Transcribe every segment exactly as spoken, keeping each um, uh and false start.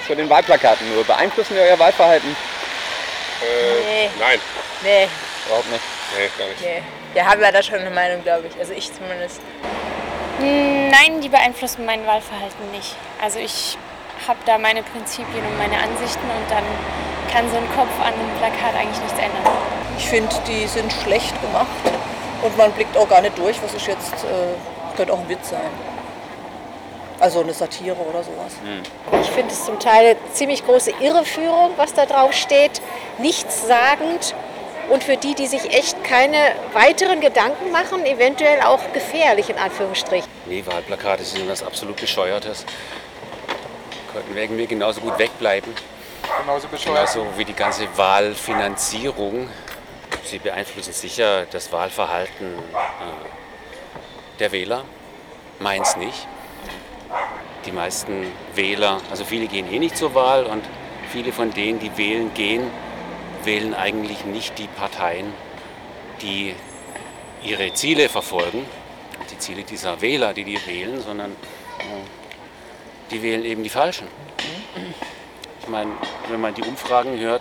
zu den Wahlplakaten nur. Beeinflussen die euer Wahlverhalten? Äh, Nee. Nein, Nee, Überhaupt nicht. nee, gar nicht. nee. Wir haben ja da schon eine Meinung, glaube ich. Also ich zumindest. Nein, die beeinflussen mein Wahlverhalten nicht. Also ich habe da meine Prinzipien und meine Ansichten und dann kann so ein Kopf an einem Plakat eigentlich nichts ändern. Ich finde, die sind schlecht gemacht und man blickt auch gar nicht durch, was ist jetzt, äh, könnte auch ein Witz sein. Also eine Satire oder sowas. Ich finde es zum Teil eine ziemlich große Irreführung, was da drauf steht, nichtssagend und für die, die sich echt keine weiteren Gedanken machen, eventuell auch gefährlich in Anführungsstrichen. Nee, Wahlplakate sind was absolut Bescheuertes. Könnten wir irgendwie genauso gut wegbleiben. Genauso bescheuert. Genauso wie die ganze Wahlfinanzierung. Sie beeinflussen sicher das Wahlverhalten äh, der Wähler. Meins nicht. Die meisten Wähler, also viele gehen eh nicht zur Wahl und viele von denen, die wählen gehen, wählen eigentlich nicht die Parteien, die ihre Ziele verfolgen, die Ziele dieser Wähler, die die wählen, sondern äh, die wählen eben die Falschen. Ich meine, wenn man die Umfragen hört,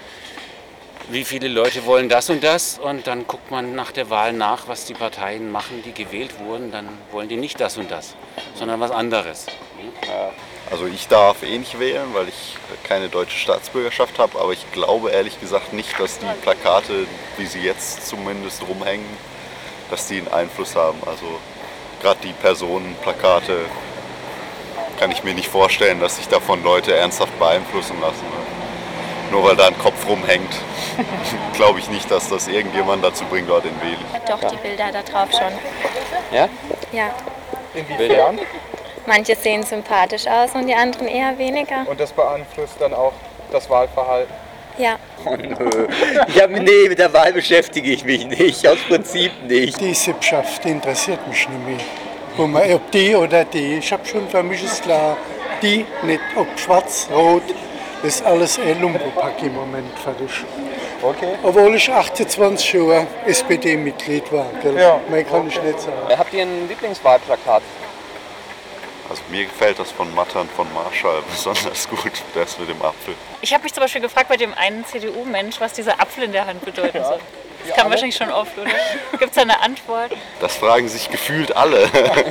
wie viele Leute wollen das und das und dann guckt man nach der Wahl nach, was die Parteien machen, die gewählt wurden, dann wollen die nicht das und das, sondern was anderes. Also ich darf eh nicht wählen, weil ich keine deutsche Staatsbürgerschaft habe, aber ich glaube ehrlich gesagt nicht, dass die Plakate, wie sie jetzt zumindest rumhängen, dass die einen Einfluss haben. Also gerade die Personenplakate kann ich mir nicht vorstellen, dass sich davon Leute ernsthaft beeinflussen lassen. Nur weil da ein Kopf rumhängt, glaube ich nicht, dass das irgendjemand dazu bringt, dort den wählen. Doch, die Bilder da drauf schon. Ja? Ja, Inwiefern? manche sehen sympathisch aus und die anderen eher weniger. Und das beeinflusst dann auch das Wahlverhalten. Ja. Oh nö. Ich hab, nee, mit der Wahl beschäftige ich mich nicht, aus Prinzip nicht. Die Sippschaft interessiert mich nicht mehr. Wo man, ob die oder die, ich habe schon, für mich ist klar, die, nicht ob schwarz, rot, das ist alles ein Lumpenpack im Moment fertig. Okay. Obwohl ich achtundzwanzig Jahre S P D-Mitglied war, gell? Ja. Mehr kann ich nicht sagen. Habt ihr ein Lieblingswahlplakat? Also mir gefällt das von Mattern von Marschall besonders gut, das mit dem Apfel. Ich habe mich zum Beispiel gefragt bei dem einen C D U-Mensch, was dieser Apfel in der Hand bedeuten soll. Das kam wahrscheinlich schon oft, oder? Gibt es da eine Antwort? Das fragen sich gefühlt alle.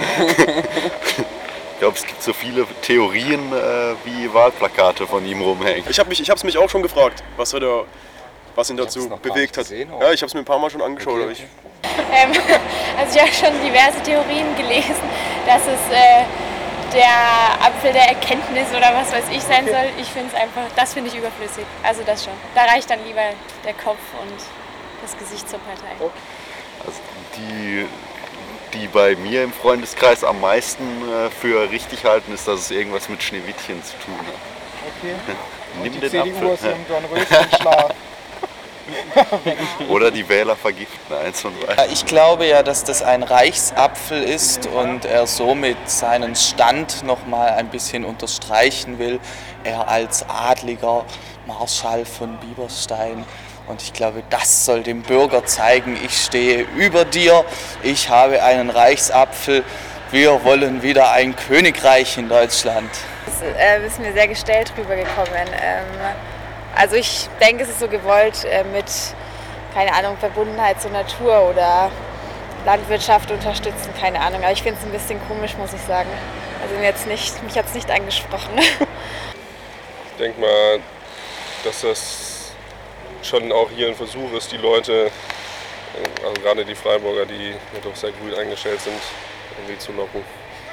Ich glaube, es gibt so viele Theorien, äh, wie Wahlplakate von ihm rumhängen. Ich habe mich, ich habe es mich auch schon gefragt, was er da, was ihn dazu bewegt hat. gesehen, Ja, ich habe es mir ein paar Mal schon angeschaut. Okay, aber ich, Ähm, also ich habe schon diverse Theorien gelesen, dass es äh, der Apfel der Erkenntnis oder was weiß ich sein soll. Ich finde es einfach, das finde ich überflüssig. Also das schon. Da reicht dann lieber der Kopf und das Gesicht zur Partei. Also die, die bei mir im Freundeskreis am meisten äh, für richtig halten, ist, dass es irgendwas mit Schneewittchen zu tun hat. Okay. Nimm Die den C D U ist Apfel. im Dornröschenschlaf. Oder die Wähler vergiften, eins von beiden. Ich glaube ja, dass das ein Reichsapfel ist und er somit seinen Stand noch mal ein bisschen unterstreichen will. Er als adliger Marschall von Bieberstein. Und ich glaube, das soll dem Bürger zeigen, ich stehe über dir, ich habe einen Reichsapfel, wir wollen wieder ein Königreich in Deutschland. Das äh, ist mir sehr gestellt rübergekommen. Ähm, also ich denke, es ist so gewollt äh, mit, keine Ahnung, Verbundenheit zur Natur oder Landwirtschaft unterstützen, keine Ahnung. Aber ich finde es ein bisschen komisch, muss ich sagen. Also jetzt nicht, mich hat es nicht angesprochen. ich denke mal, dass das schon auch hier ein Versuch ist, die Leute, also gerade die Freiburger, die ja doch sehr grün eingestellt sind, irgendwie zu locken.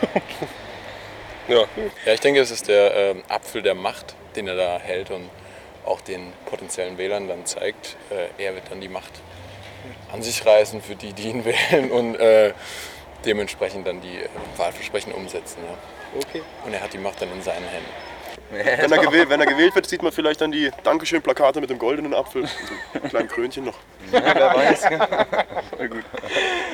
ja. Ja, ich denke, es ist der ähm, Apfel der Macht, den er da hält und auch den potenziellen Wählern dann zeigt. Äh, er wird dann die Macht an sich reißen für die, die ihn wählen und äh, dementsprechend dann die äh, Wahlversprechen umsetzen. Ja. Okay. Und er hat die Macht dann in seinen Händen. Wenn er, gewählt, wenn er gewählt wird, sieht man vielleicht dann die Dankeschön-Plakate mit dem goldenen Apfel, so einem kleinen Krönchen noch. Ja, wer weiß. Voll gut.